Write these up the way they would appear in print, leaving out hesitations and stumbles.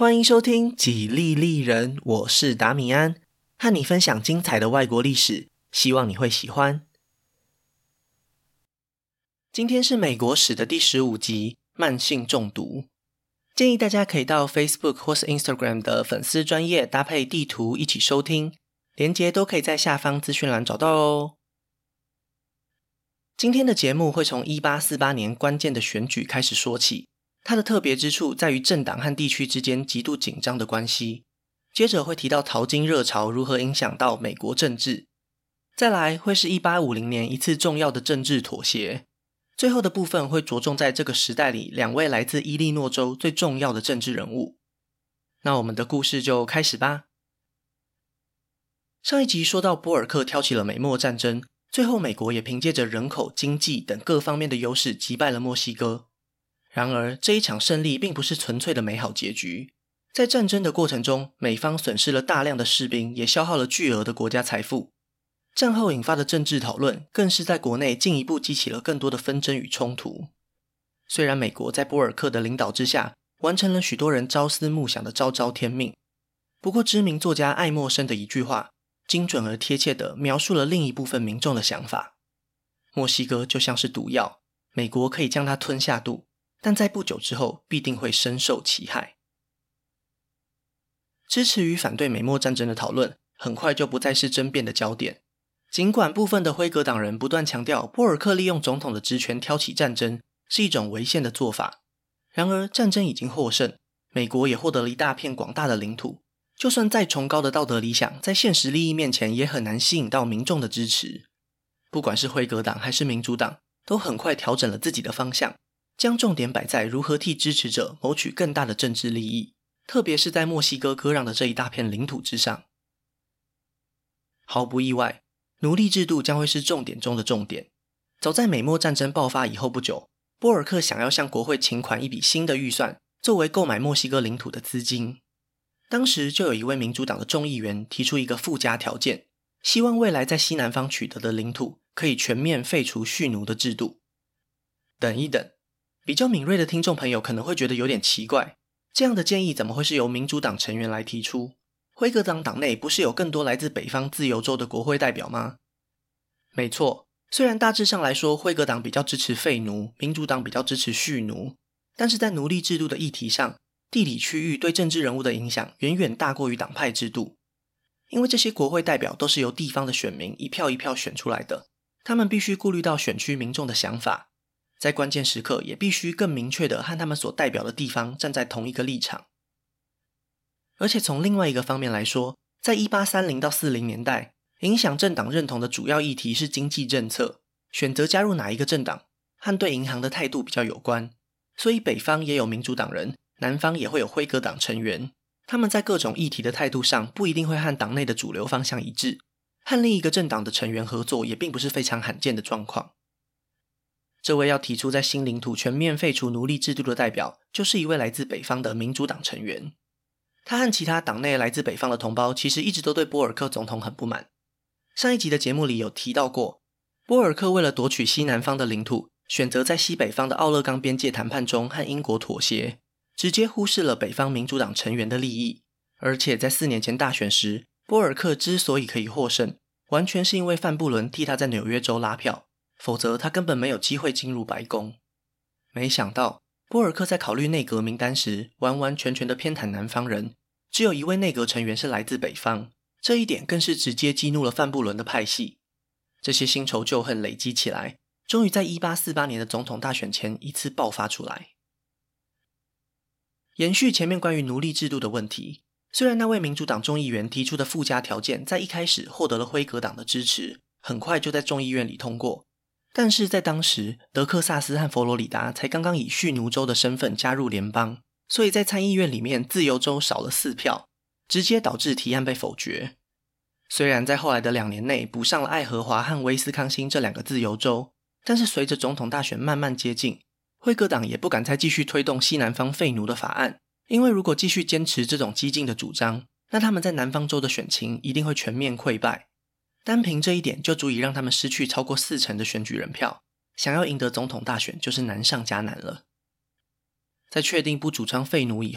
欢迎收听几利利人，我是达米安，和你分享精彩的外国历史，希望你会喜欢。今天是美国史的第15集，慢性中毒。建议大家可以到 Facebook 或是 Instagram 的粉丝专页搭配地图一起收听，连结都可以在下方资讯栏找到哦。今天的节目会从1848年关键的选举开始说起，它的特别之处在于政党和地区之间极度紧张的关系。接着会提到淘金热潮如何影响到美国政治。再来会是1850年一次重要的政治妥协。最后的部分会着重在这个时代里2位来自伊利诺州最重要的政治人物。那我们的故事就开始吧。上一集说到波尔克挑起了美墨战争，最后美国也凭借着人口、经济等各方面的优势击败了墨西哥。然而这一场胜利并不是纯粹的美好结局，在战争的过程中，美方损失了大量的士兵，也消耗了巨额的国家财富。战后引发的政治讨论更是在国内进一步激起了更多的纷争与冲突。虽然美国在波尔克的领导之下完成了许多人朝思暮想的昭昭天命，不过知名作家爱默生的一句话精准而贴切地描述了另一部分民众的想法：墨西哥就像是毒药，美国可以将它吞下肚，但在不久之后必定会深受其害。支持与反对美墨战争的讨论很快就不再是争辩的焦点。尽管部分的辉格党人不断强调波尔克利用总统的职权挑起战争是一种违宪的做法，然而战争已经获胜，美国也获得了一大片广大的领土，就算再崇高的道德理想，在现实利益面前也很难吸引到民众的支持。不管是辉格党还是民主党，都很快调整了自己的方向，将重点摆在如何替支持者谋取更大的政治利益，特别是在墨西哥割让的这一大片领土之上。毫不意外，奴隶制度将会是重点中的重点。早在美墨战争爆发以后不久，波尔克想要向国会请款一笔新的预算，作为购买墨西哥领土的资金。当时就有一位民主党的众议员提出一个附加条件，希望未来在西南方取得的领土可以全面废除蓄奴的制度。等一等，比较敏锐的听众朋友可能会觉得有点奇怪，这样的建议怎么会是由民主党成员来提出？辉格党党内不是有更多来自北方自由州的国会代表吗？没错，虽然大致上来说辉格党比较支持废奴，民主党比较支持蓄奴，但是在奴隶制度的议题上，地理区域对政治人物的影响远远大过于党派制度。因为这些国会代表都是由地方的选民一票一票选出来的，他们必须顾虑到选区民众的想法，在关键时刻也必须更明确地和他们所代表的地方站在同一个立场。而且从另外一个方面来说，在1830到40年代，影响政党认同的主要议题是经济政策，选择加入哪一个政党和对银行的态度比较有关，所以北方也有民主党人，南方也会有辉格党成员，他们在各种议题的态度上不一定会和党内的主流方向一致，和另一个政党的成员合作也并不是非常罕见的状况。这位要提出在新领土全面废除奴隶制度的代表，就是一位来自北方的民主党成员。他和其他党内来自北方的同胞其实一直都对波尔克总统很不满。上一集的节目里有提到过，波尔克为了夺取西南方的领土，选择在西北方的奥勒冈边界谈判中和英国妥协，直接忽视了北方民主党成员的利益。而且在4年前大选时，波尔克之所以可以获胜，完全是因为范布伦替他在纽约州拉票，否则他根本没有机会进入白宫。没想到波尔克在考虑内阁名单时，完完全全的偏袒南方人，只有一位内阁成员是来自北方，这一点更是直接激怒了范布伦的派系。这些新仇旧恨累积起来，终于在1848年的总统大选前一次爆发出来。延续前面关于奴隶制度的问题，虽然那位民主党众议员提出的附加条件在一开始获得了辉格党的支持，很快就在众议院里通过，但是在当时德克萨斯和佛罗里达才刚刚以蓄奴州的身份加入联邦，所以在参议院里面自由州少了4票，直接导致提案被否决。虽然在后来的2年内补上了爱荷华和威斯康星这2个自由州，但是随着总统大选慢慢接近，辉格党也不敢再继续推动西南方废奴的法案，因为如果继续坚持这种激进的主张，那他们在南方州的选情一定会全面溃败。单凭这一点就足以让他们失去超过40%的选举人票，想要赢得总统大选就是难上加难了。在确定不主张废奴以后，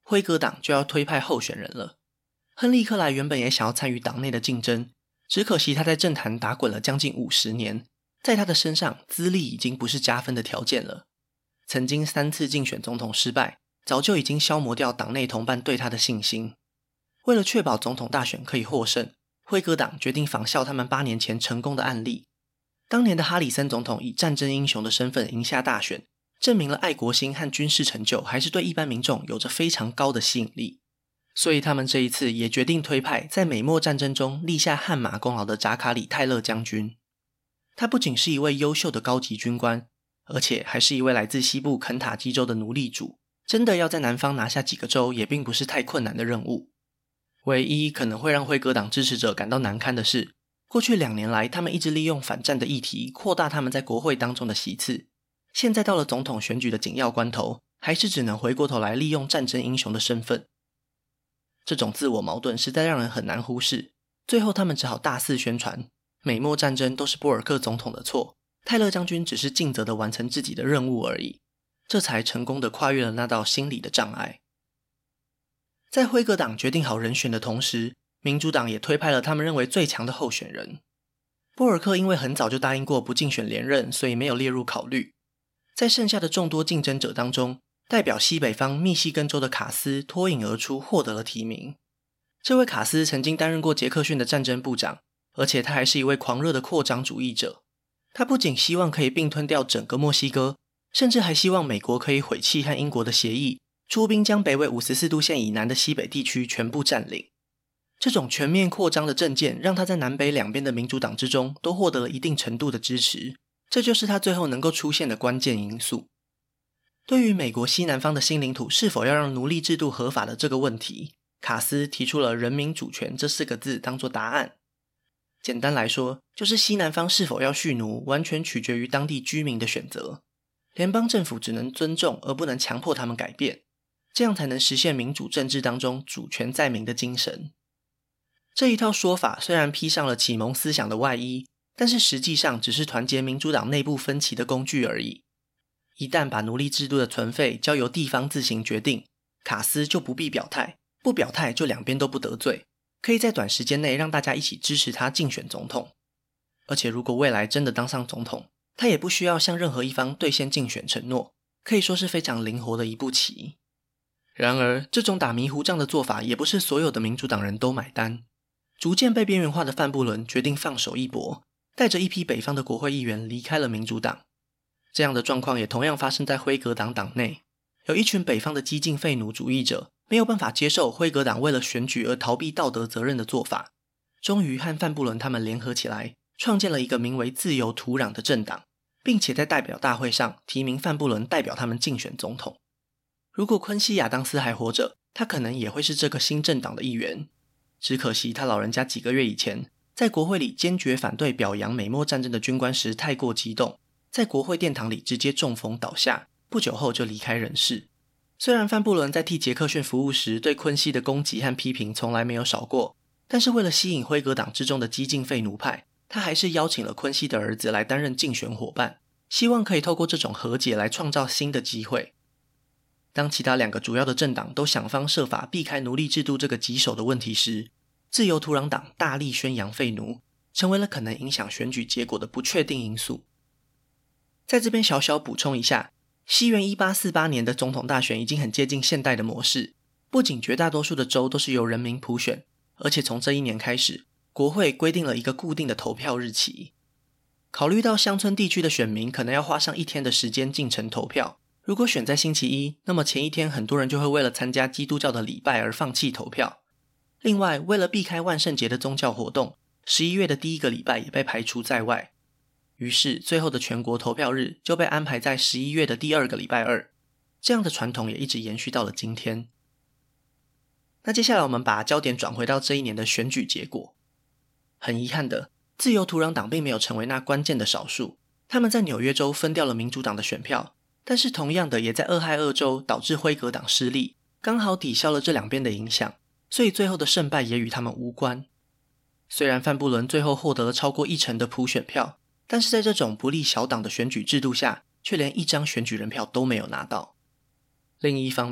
辉格党就要推派候选人了。亨利·克莱原本也想要参与党内的竞争，只可惜他在政坛打滚了将近50年，在他的身上资历已经不是加分的条件了。曾经3次竞选总统失败，早就已经消磨掉党内同伴对他的信心。为了确保总统大选可以获胜，辉格党决定仿效他们8年前成功的案例。当年的哈里森总统以战争英雄的身份赢下大选，证明了爱国心和军事成就还是对一般民众有着非常高的吸引力。所以他们这一次也决定推派在美墨战争中立下汗马功劳的扎卡里·泰勒将军。他不仅是一位优秀的高级军官，而且还是一位来自西部肯塔基州的奴隶主，真的要在南方拿下几个州也并不是太困难的任务。唯一可能会让辉格党支持者感到难堪的是，过去2年来他们一直利用反战的议题扩大他们在国会当中的席次，现在到了总统选举的紧要关头，还是只能回过头来利用战争英雄的身份。这种自我矛盾实在让人很难忽视，最后他们只好大肆宣传美墨战争都是波尔克总统的错，泰勒将军只是尽责地完成自己的任务而已，这才成功地跨越了那道心理的障碍。在辉格党决定好人选的同时，民主党也推派了他们认为最强的候选人。波尔克因为很早就答应过不竞选连任，所以没有列入考虑。在剩下的众多竞争者当中，代表西北方密西根州的卡斯脱颖而出，获得了提名。这位卡斯曾经担任过杰克逊的战争部长，而且他还是一位狂热的扩张主义者。他不仅希望可以并吞掉整个墨西哥，甚至还希望美国可以毁弃和英国的协议，出兵将北纬54度线以南的西北地区全部占领。这种全面扩张的政见让他在南北两边的民主党之中都获得了一定程度的支持，这就是他最后能够出现的关键因素。对于美国西南方的新领土是否要让奴隶制度合法的这个问题，卡斯提出了人民主权这4个字当作答案。简单来说，就是西南方是否要蓄奴完全取决于当地居民的选择，联邦政府只能尊重而不能强迫他们改变，这样才能实现民主政治当中主权在民的精神。这一套说法虽然披上了启蒙思想的外衣，但是实际上只是团结民主党内部分歧的工具而已。一旦把奴隶制度的存废交由地方自行决定，卡斯就不必表态，不表态就两边都不得罪，可以在短时间内让大家一起支持他竞选总统。而且如果未来真的当上总统，他也不需要向任何一方兑现竞选承诺，可以说是非常灵活的一步棋。然而，这种打迷糊仗的做法也不是所有的民主党人都买单。逐渐被边缘化的范布伦决定放手一搏，带着一批北方的国会议员离开了民主党。这样的状况也同样发生在辉格党党内，有一群北方的激进废奴主义者没有办法接受辉格党为了选举而逃避道德责任的做法，终于和范布伦他们联合起来，创建了一个名为自由土壤的政党，并且在代表大会上提名范布伦代表他们竞选总统。如果昆西亚当斯还活着，他可能也会是这个新政党的一员。只可惜他老人家几个月以前在国会里坚决反对表扬美墨战争的军官时太过激动，在国会殿堂里直接中风倒下，不久后就离开人世。虽然范布伦在替杰克逊服务时对昆西的攻击和批评从来没有少过，但是为了吸引辉格党之中的激进废奴派，他还是邀请了昆西的儿子来担任竞选伙伴，希望可以透过这种和解来创造新的机会。当其他2个主要的政党都想方设法避开奴隶制度这个棘手的问题时，自由土壤党大力宣扬废奴，成为了可能影响选举结果的不确定因素。在这边小小补充一下，西元1848年的总统大选已经很接近现代的模式，不仅绝大多数的州都是由人民普选，而且从这一年开始，国会规定了一个固定的投票日期。考虑到乡村地区的选民可能要花上1天的时间进城投票，如果选在星期一，那么前一天很多人就会为了参加基督教的礼拜而放弃投票。另外，为了避开万圣节的宗教活动，11月的第1个礼拜也被排除在外。于是最后的全国投票日就被安排在11月的第2个礼拜二，这样的传统也一直延续到了今天。那接下来我们把焦点转回到这一年的选举结果。很遗憾的，自由土壤党并没有成为那关键的少数，他们在纽约州分掉了民主党的选票，但是同样的也在俄亥俄州导致辉格党失利，刚好抵消了这两边的影响，所以最后的胜败也与他们无关。虽然范布伦最后获得了超过1成的普选票，但是在这种不利小党的选举制度下，却连1张选举人票都没有拿到。另一方面，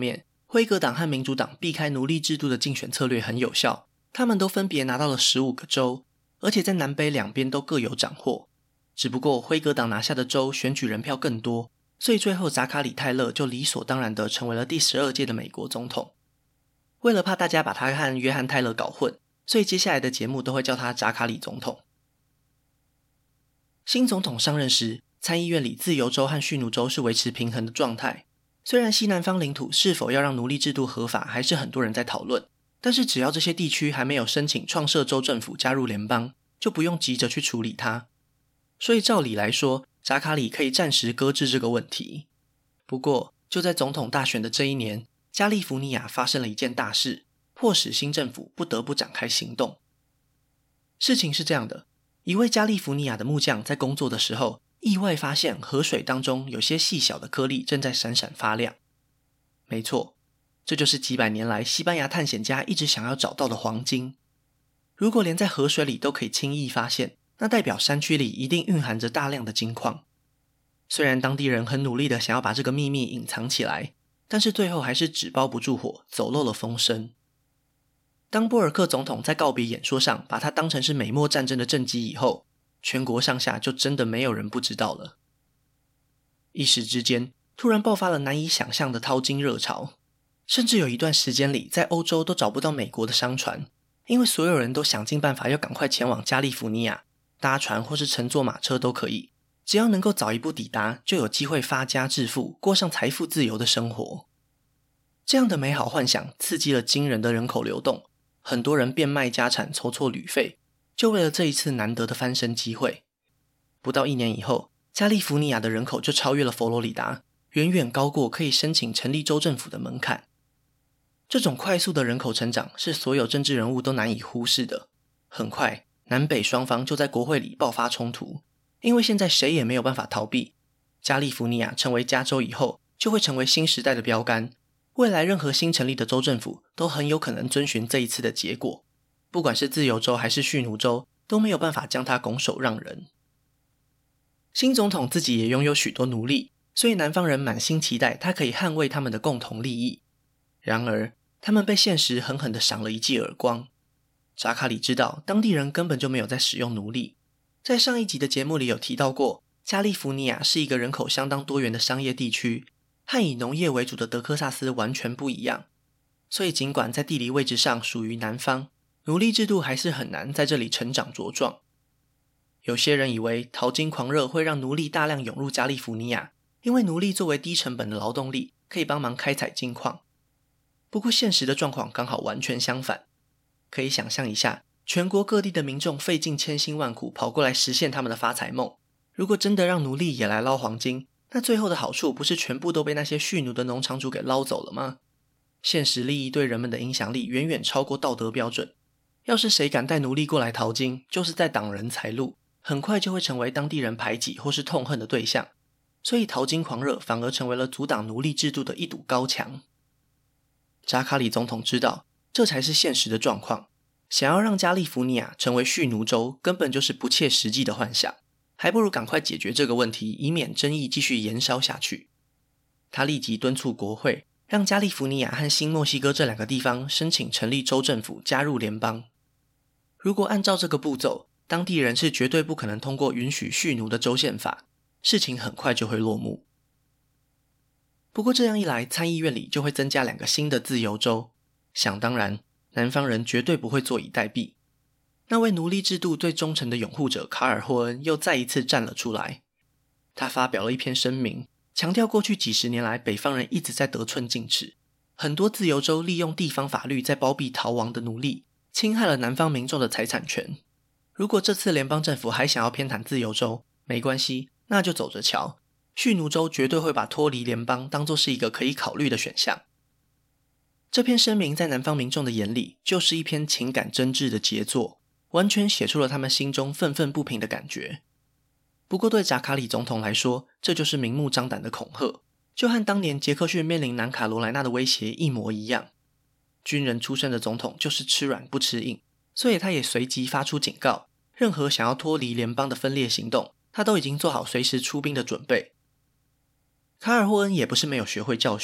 辉格党和民主党避开奴隶制度的竞选策略很有效，他们都分别拿到了15个州，而且在南北两边都各有斩获。只不过辉格党拿下的州选举人票更多，所以最后扎卡里·泰勒就理所当然地成为了第12届的美国总统。为了怕大家把他和约翰·泰勒搞混，所以接下来的节目都会叫他扎卡里总统。新总统上任时，参议院里自由州和蓄奴州是维持平衡的状态。虽然西南方领土是否要让奴隶制度合法还是很多人在讨论，但是只要这些地区还没有申请创设州政府加入联邦，就不用急着去处理它。所以照理来说，扎卡里可以暂时搁置这个问题。不过就在总统大选的这一年，加利福尼亚发生了一件大事，迫使新政府不得不展开行动。事情是这样的，一位加利福尼亚的木匠在工作的时候，意外发现河水当中有些细小的颗粒正在闪闪发亮。没错，这就是几百年来西班牙探险家一直想要找到的黄金。如果连在河水里都可以轻易发现，那代表山区里一定蕴含着大量的金矿。虽然当地人很努力的想要把这个秘密隐藏起来，但是最后还是纸包不住火，走漏了风声。当波尔克总统在告别演说上把它当成是美墨战争的政绩以后，全国上下就真的没有人不知道了。一时之间，突然爆发了难以想象的淘金热潮，甚至有一段时间里，在欧洲都找不到美国的商船，因为所有人都想尽办法要赶快前往加利福尼亚，搭船或是乘坐马车都可以，只要能够早一步抵达，就有机会发家致富，过上财富自由的生活。这样的美好幻想刺激了惊人的人口流动，很多人变卖家产筹措旅费，就为了这一次难得的翻身机会。不到1年以后，加利福尼亚的人口就超越了佛罗里达，远远高过可以申请成立州政府的门槛。这种快速的人口成长是所有政治人物都难以忽视的。很快，南北双方就在国会里爆发冲突，因为现在谁也没有办法逃避。加利福尼亚成为加州以后，就会成为新时代的标杆。未来任何新成立的州政府都很有可能遵循这一次的结果，不管是自由州还是蓄奴州，都没有办法将它拱手让人。新总统自己也拥有许多奴隶，所以南方人满心期待他可以捍卫他们的共同利益。然而他们被现实狠狠地赏了一记耳光。扎卡里知道当地人根本就没有在使用奴隶。在上一集的节目里有提到过，加利福尼亚是一个人口相当多元的商业地区，和以农业为主的德克萨斯完全不一样。所以尽管在地理位置上属于南方，奴隶制度还是很难在这里成长茁壮。有些人以为淘金狂热会让奴隶大量涌入加利福尼亚，因为奴隶作为低成本的劳动力，可以帮忙开采金矿。不过现实的状况刚好完全相反。可以想象一下，全国各地的民众费尽千辛万苦跑过来实现他们的发财梦，如果真的让奴隶也来捞黄金，那最后的好处不是全部都被那些蓄奴的农场主给捞走了吗？现实利益对人们的影响力远远超过道德标准。要是谁敢带奴隶过来淘金，就是在挡人财路，很快就会成为当地人排挤或是痛恨的对象。所以淘金狂热反而成为了阻挡奴隶制度的一堵高墙。扎卡里总统知道，这才是现实的状况。想要让加利福尼亚成为蓄奴州，根本就是不切实际的幻想，还不如赶快解决这个问题，以免争议继续延烧下去。他立即敦促国会，让加利福尼亚和新墨西哥这2个地方申请成立州政府，加入联邦。如果按照这个步骤，当地人是绝对不可能通过允许蓄奴的州宪法，事情很快就会落幕。不过这样一来，参议院里就会增加2个新的自由州，想当然，南方人绝对不会坐以待毙。那位奴隶制度最忠诚的拥护者卡尔霍恩又再一次站了出来。他发表了一篇声明，强调过去几十年来北方人一直在得寸进尺，很多自由州利用地方法律在包庇逃亡的奴隶，侵害了南方民众的财产权。如果这次联邦政府还想要偏袒自由州，没关系，那就走着瞧。蓄奴州绝对会把脱离联邦当作是一个可以考虑的选项。这篇声明在南方民众的眼里就是一篇情感真挚的杰作，完全写出了他们心中愤愤不平的感觉。不过对扎卡里总统来说，这就是明目张胆的恐吓，就和当年杰克逊面临南卡罗来纳的威胁一模一样。军人出身的总统就是吃软不吃硬，所以他也随即发出警告，任何想要脱离联邦的分裂行动，他都已经做好随时出兵的准备。卡尔霍恩也不是没有学会教训，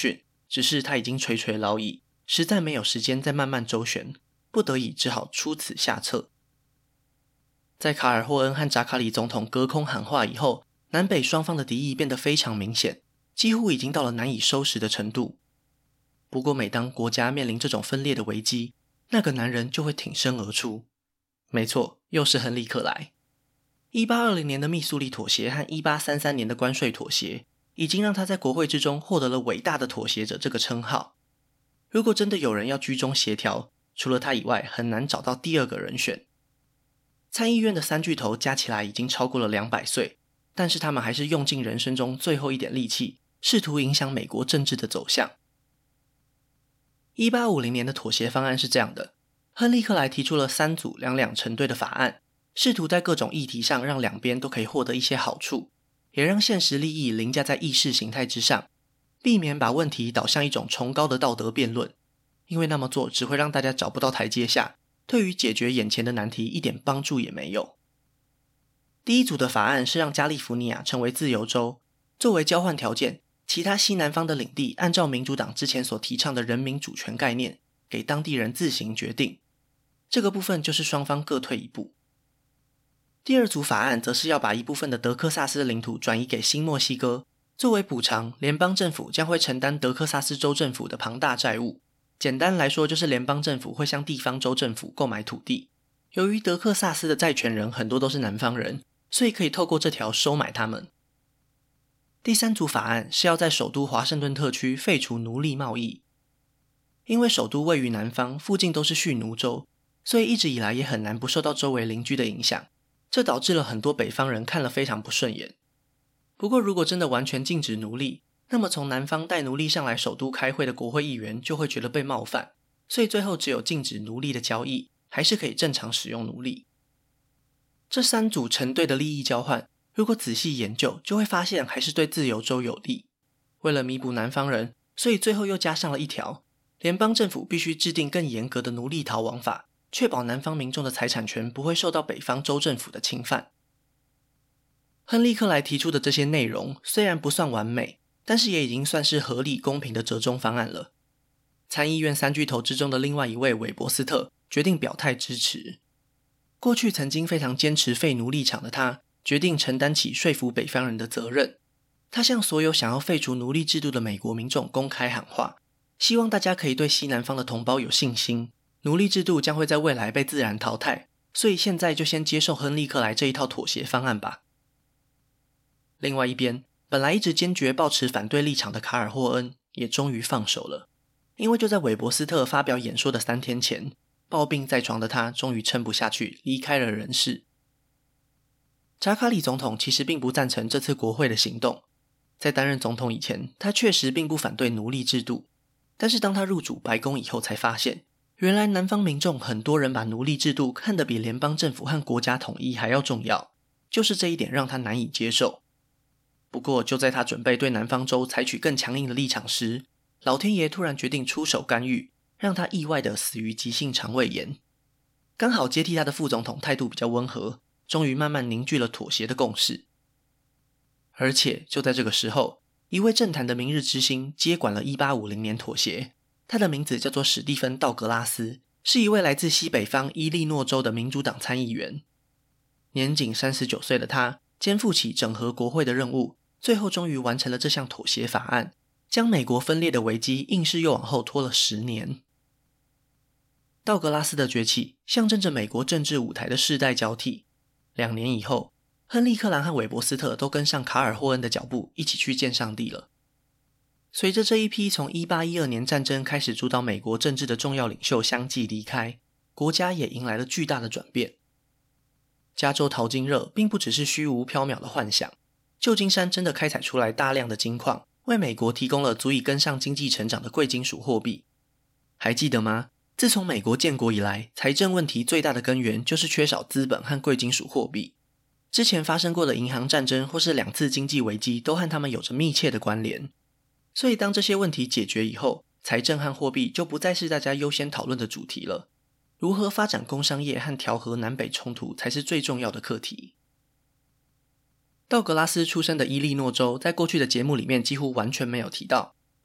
只是他已经垂垂老矣，实在没有时间再慢慢周旋，不得已只好出此下策。在卡尔霍恩和扎卡里总统隔空喊话以后，南北双方的敌意变得非常明显，几乎已经到了难以收拾的程度。不过每当国家面临这种分裂的危机，那个男人就会挺身而出。没错，又是亨利克莱。1820年的密苏里妥协和1833年的关税妥协，已经让他在国会之中获得了伟大的妥协者这个称号。如果真的有人要居中协调，除了他以外，很难找到第二个人选。参议院的三巨头加起来已经超过了200岁，但是他们还是用尽人生中最后一点力气，试图影响美国政治的走向。1850年的妥协方案是这样的，亨利克莱提出了3组两两成对的法案，试图在各种议题上让两边都可以获得一些好处，也让现实利益凌驾在意识形态之上，避免把问题导向一种崇高的道德辩论，因为那么做只会让大家找不到台阶下，对于解决眼前的难题一点帮助也没有。第一组的法案是让加利福尼亚成为自由州，作为交换条件，其他西南方的领地按照民主党之前所提倡的人民主权概念，给当地人自行决定。这个部分就是双方各退一步。第二组法案则是要把一部分的德克萨斯的领土转移给新墨西哥，作为补偿，联邦政府将会承担德克萨斯州政府的庞大债务。简单来说，就是联邦政府会向地方州政府购买土地。由于德克萨斯的债权人很多都是南方人，所以可以透过这条收买他们。第三组法案是要在首都华盛顿特区废除奴隶贸易。因为首都位于南方，附近都是蓄奴州，所以一直以来也很难不受到周围邻居的影响，这导致了很多北方人看了非常不顺眼。不过如果真的完全禁止奴隶，那么从南方带奴隶上来首都开会的国会议员就会觉得被冒犯，所以最后只有禁止奴隶的交易，还是可以正常使用奴隶。这3组成对的利益交换，如果仔细研究，就会发现还是对自由州有利。为了弥补南方人，所以最后又加上了一条，联邦政府必须制定更严格的奴隶逃亡法，确保南方民众的财产权不会受到北方州政府的侵犯。亨利克莱提出的这些内容虽然不算完美，但是也已经算是合理公平的折中方案了。参议院三巨头之中的另外一位韦伯斯特决定表态支持。过去曾经非常坚持废奴隶场的他，决定承担起说服北方人的责任。他向所有想要废除奴隶制度的美国民众公开喊话，希望大家可以对西南方的同胞有信心，奴隶制度将会在未来被自然淘汰，所以现在就先接受亨利克莱这一套妥协方案吧。另外一边，本来一直坚决抱持反对立场的卡尔霍恩也终于放手了，因为就在韦伯斯特发表演说的3天前，抱病在床的他终于撑不下去，离开了人世。扎卡里总统其实并不赞成这次国会的行动，在担任总统以前，他确实并不反对奴隶制度，但是当他入主白宫以后才发现，原来南方民众很多人把奴隶制度看得比联邦政府和国家统一还要重要，就是这一点让他难以接受。不过就在他准备对南方州采取更强硬的立场时，老天爷突然决定出手干预，让他意外地死于急性肠胃炎。刚好接替他的副总统态度比较温和，终于慢慢凝聚了妥协的共识。而且就在这个时候，一位政坛的明日之星接管了1850年妥协，他的名字叫做史蒂芬·道格拉斯，是一位来自西北方伊利诺州的民主党参议员。年仅39岁的他肩负起整合国会的任务，最后终于完成了这项妥协法案，将美国分裂的危机硬是又往后拖了10年。道格拉斯的崛起象征着美国政治舞台的世代交替。2年以后，亨利克兰和韦伯斯特都跟上卡尔霍恩的脚步，一起去见上帝了。随着这一批从1812年战争开始主导美国政治的重要领袖相继离开，国家也迎来了巨大的转变。加州淘金热并不只是虚无缥缈的幻想，旧金山真的开采出来大量的金矿，为美国提供了足以跟上经济成长的贵金属货币。还记得吗？自从美国建国以来，财政问题最大的根源就是缺少资本和贵金属货币。之前发生过的银行战争或是2次经济危机都和他们有着密切的关联。所以当这些问题解决以后，财政和货币就不再是大家优先讨论的主题了。如何发展工商业和调和南北冲突才是最重要的课题。道格拉斯出生的伊利诺州在过去的节目里面几乎完全没有提到，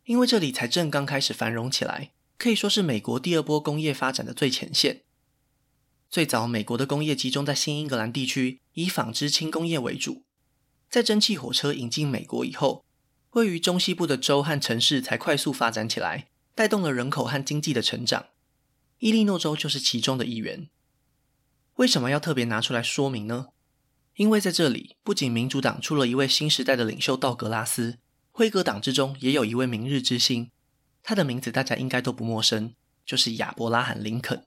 因为这里才正刚开始繁荣起来，可以说是美国第二波工业发展的最前线。最早美国的工业集中在新英格兰地区，以纺织轻工业为主。在蒸汽火车引进美国以后，位于中西部的州和城市才快速发展起来，带动了人口和经济的成长。伊利诺州就是其中的一员。为什么要特别拿出来说明呢？因为在这里，不仅民主党出了一位新时代的领袖道格拉斯，辉格党之中也有一位明日之星，他的名字大家应该都不陌生，就是亚伯拉罕·林肯。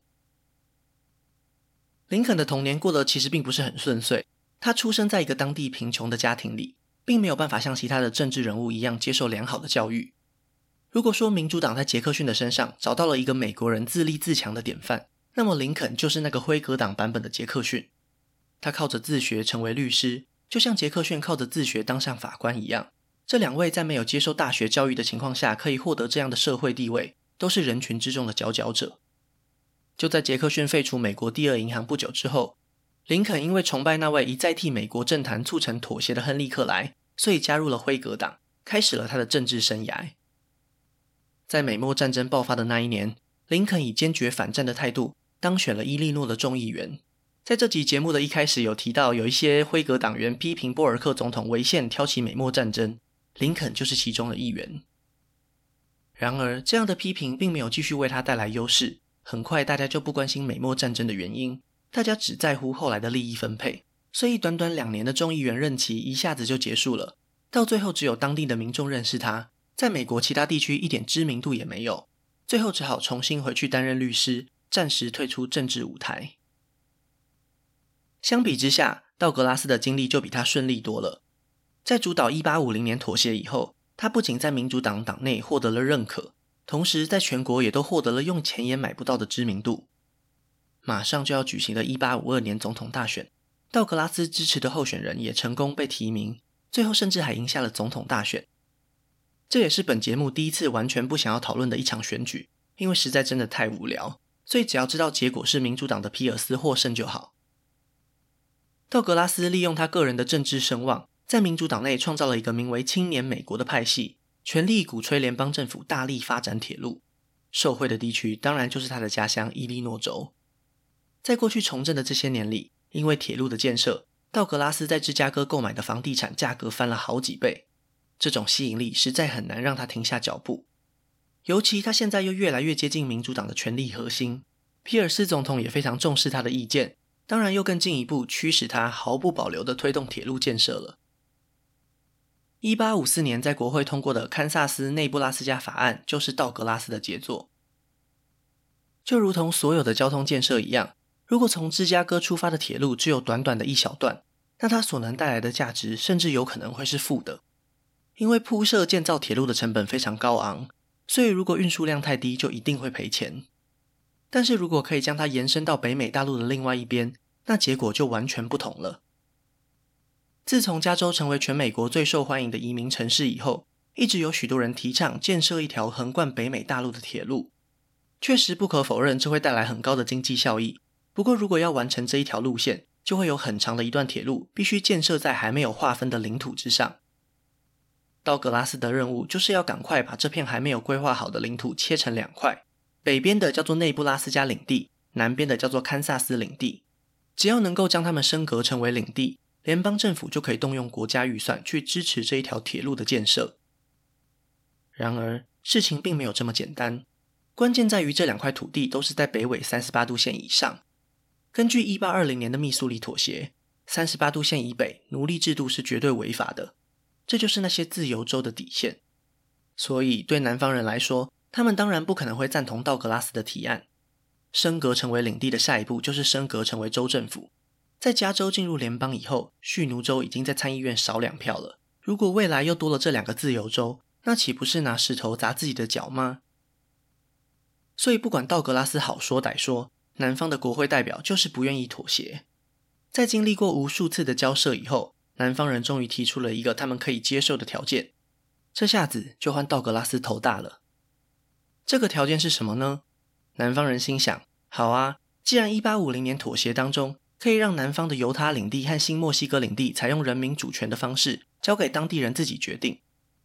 林肯的童年过得其实并不是很顺遂，他出生在一个当地贫穷的家庭里，并没有办法像其他的政治人物一样接受良好的教育。如果说民主党在杰克逊的身上找到了一个美国人自立自强的典范，那么林肯就是那个辉格党版本的杰克逊。他靠着自学成为律师，就像杰克逊靠着自学当上法官一样。这两位在没有接受大学教育的情况下可以获得这样的社会地位，都是人群之中的佼佼者。就在杰克逊废除美国第二银行不久之后，林肯因为崇拜那位一再替美国政坛促成妥协的亨利·克莱，所以加入了辉格党，开始了他的政治生涯。在美墨战争爆发的那一年，林肯以坚决反战的态度当选了伊利诺的众议员。在这集节目的一开始有提到，有一些辉格党员批评波尔克总统违宪挑起美墨战争，林肯就是其中的一员。然而这样的批评并没有继续为他带来优势，很快大家就不关心美墨战争的原因，大家只在乎后来的利益分配，所以短短2年的众议员任期一下子就结束了，到最后只有当地的民众认识他，在美国其他地区一点知名度也没有，最后只好重新回去担任律师，暂时退出政治舞台。相比之下，道格拉斯的经历就比他顺利多了。在主导1850年妥协以后，他不仅在民主党党内获得了认可，同时在全国也都获得了用钱也买不到的知名度。马上就要举行的1852年总统大选，道格拉斯支持的候选人也成功被提名，最后甚至还赢下了总统大选。这也是本节目第一次完全不想要讨论的一场选举，因为实在真的太无聊，所以只要知道结果是民主党的皮尔斯获胜就好。道格拉斯利用他个人的政治声望，在民主党内创造了一个名为青年美国的派系，全力鼓吹联邦政府大力发展铁路。受惠的地区当然就是他的家乡伊利诺州。在过去从政的这些年里，因为铁路的建设，道格拉斯在芝加哥购买的房地产价格翻了好几倍，这种吸引力实在很难让他停下脚步。尤其他现在又越来越接近民主党的权力核心，皮尔斯总统也非常重视他的意见，当然又更进一步驱使他毫不保留地推动铁路建设了。1854年在国会通过的堪萨斯内布拉斯加法案就是道格拉斯的杰作。就如同所有的交通建设一样，如果从芝加哥出发的铁路只有短短的一小段，那它所能带来的价值甚至有可能会是负的。因为铺设建造铁路的成本非常高昂，所以如果运输量太低就一定会赔钱。但是如果可以将它延伸到北美大陆的另外一边，那结果就完全不同了。自从加州成为全美国最受欢迎的移民城市以后，一直有许多人提倡建设一条横贯北美大陆的铁路。确实不可否认，这会带来很高的经济效益。不过如果要完成这一条路线，就会有很长的一段铁路必须建设在还没有划分的领土之上。道格拉斯的任务就是要赶快把这片还没有规划好的领土切成2块，北边的叫做内布拉斯加领地，南边的叫做堪萨斯领地。只要能够将它们升格成为领地，联邦政府就可以动用国家预算去支持这一条铁路的建设。然而事情并没有这么简单，关键在于这2块土地都是在北纬38度线以上。根据1820年的密苏里妥协，38度线以北奴隶制度是绝对违法的，这就是那些自由州的底线。所以对南方人来说，他们当然不可能会赞同道格拉斯的提案。升格成为领地的下一步就是升格成为州政府。在加州进入联邦以后，蓄奴州已经在参议院少2票了，如果未来又多了这2个自由州，那岂不是拿石头砸自己的脚吗？所以不管道格拉斯好说歹说，南方的国会代表就是不愿意妥协。在经历过无数次的交涉以后，南方人终于提出了一个他们可以接受的条件，这下子就换道格拉斯头大了。这个条件是什么呢？南方人心想，好啊，既然1850年妥协当中可以让南方的犹他领地和新墨西哥领地采用人民主权的方式交给当地人自己决定，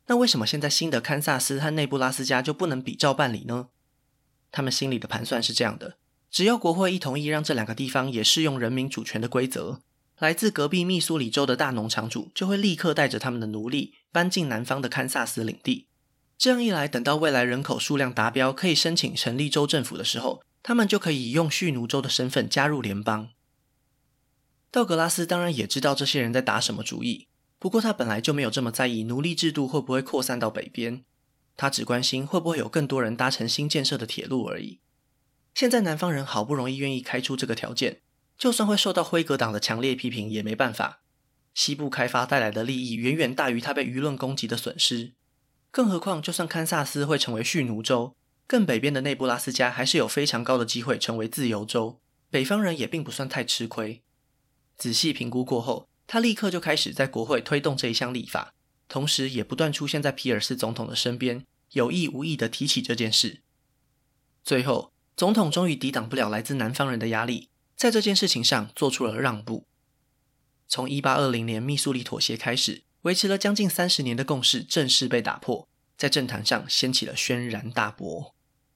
那为什么现在新的堪萨斯和内布拉斯加就不能比照办理呢？他们心里的盘算是这样的，只要国会一同意让这两个地方也适用人民主权的规则，来自隔壁密苏里州的大农场主就会立刻带着他们的奴隶搬进南方的堪萨斯领地。这样一来，等到未来人口数量达标可以申请成立州政府的时候，他们就可以用蓄奴州的身份加入联邦。道格拉斯当然也知道这些人在打什么主意，不过他本来就没有这么在意奴隶制度会不会扩散到北边，他只关心会不会有更多人搭乘新建设的铁路而已。现在南方人好不容易愿意开出这个条件，就算会受到辉格党的强烈批评也没办法。西部开发带来的利益远远大于他被舆论攻击的损失，更何况就算堪萨斯会成为蓄奴州，更北边的内布拉斯加还是有非常高的机会成为自由州，北方人也并不算太吃亏。仔细评估过后，他立刻就开始在国会推动这一项立法，同时也不断出现在皮尔斯总统的身边，有意无意地提起这件事。最后，总统终于抵挡不了来自南方人的压力，在这件事情上做出了让步。从1820年密苏里妥协开始，维持了将近30年的共识正式被打破，在政坛上掀起了轩然大波。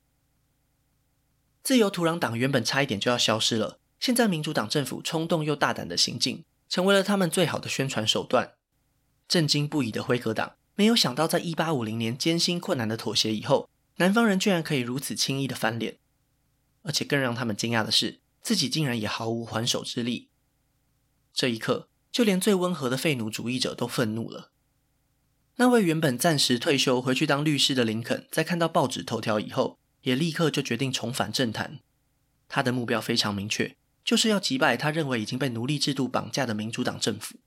自由土壤党原本差一点就要消失了，现在民主党政府冲动又大胆的行径，成为了他们最好的宣传手段。震惊不已的辉格党没有想到，在1850年艰辛困难的妥协以后，南方人居然可以如此轻易的翻脸。而且更让他们惊讶的是，自己竟然也毫无还手之力。这一刻，就连最温和的废奴主义者都愤怒了。那位原本暂时退休回去当律师的林肯，在看到报纸头条以后，也立刻就决定重返政坛。他的目标非常明确，就是要击败他认为已经被奴隶制度绑架的民主党政府。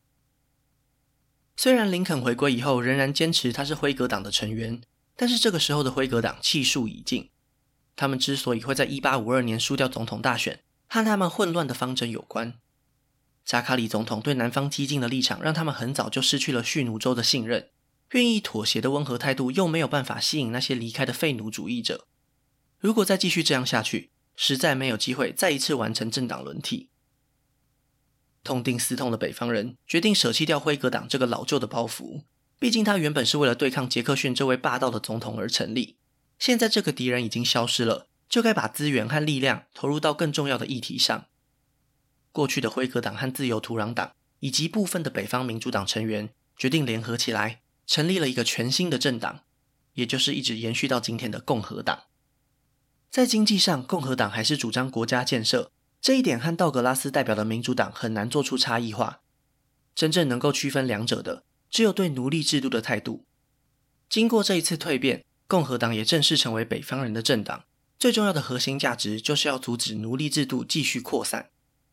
虽然林肯回归以后仍然坚持他是辉格党的成员，但是这个时候的辉格党气数已尽。他们之所以会在1852年输掉总统大选，和他们混乱的方针有关。扎卡里总统对南方激进的立场让他们很早就失去了蓄奴州的信任，愿意妥协的温和态度又没有办法吸引那些离开的废奴主义者。如果再继续这样下去，实在没有机会再一次完成政党轮替。痛定思痛的北方人决定舍弃掉辉格党这个老旧的包袱，毕竟他原本是为了对抗杰克逊这位霸道的总统而成立，现在这个敌人已经消失了，就该把资源和力量投入到更重要的议题上。过去的辉格党和自由土壤党以及部分的北方民主党成员决定联合起来，成立了一个全新的政党，也就是一直延续到今天的共和党。在经济上，共和党还是主张国家建设，这一点和道格拉斯代表的民主党很难做出差异化。真正能够区分两者的，只有对奴隶制度的态度。经过这一次蜕变，共和党也正式成为北方人的政党，最重要的核心价值就是要阻止奴隶制度继续扩散。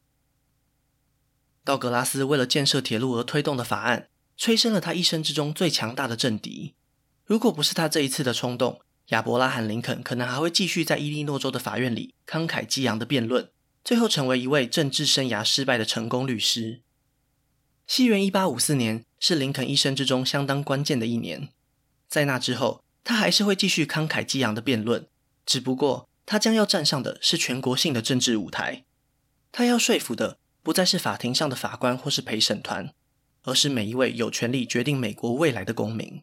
道格拉斯为了建设铁路而推动的法案，催生了他一生之中最强大的政敌。如果不是他这一次的冲动，亚伯拉罕·林肯可能还会继续在伊利诺州的法院里慷慨激昂的辩论，最后成为一位政治生涯失败的成功律师。西元1854年是林肯一生之中相当关键的一年，在那之后，他还是会继续慷慨激昂的辩论，只不过他将要站上的是全国性的政治舞台。他要说服的不再是法庭上的法官或是陪审团，而是每一位有权利决定美国未来的公民。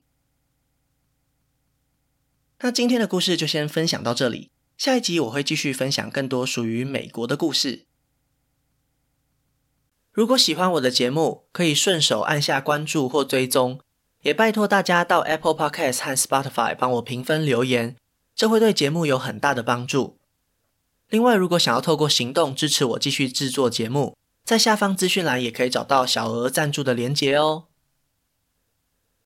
那今天的故事就先分享到这里，下一集我会继续分享更多属于美国的故事。如果喜欢我的节目，可以顺手按下关注或追踪，也拜托大家到 Apple Podcast 和 Spotify 帮我评分留言，这会对节目有很大的帮助。另外，如果想要透过行动支持我继续制作节目，在下方资讯栏也可以找到小额赞助的连结哦。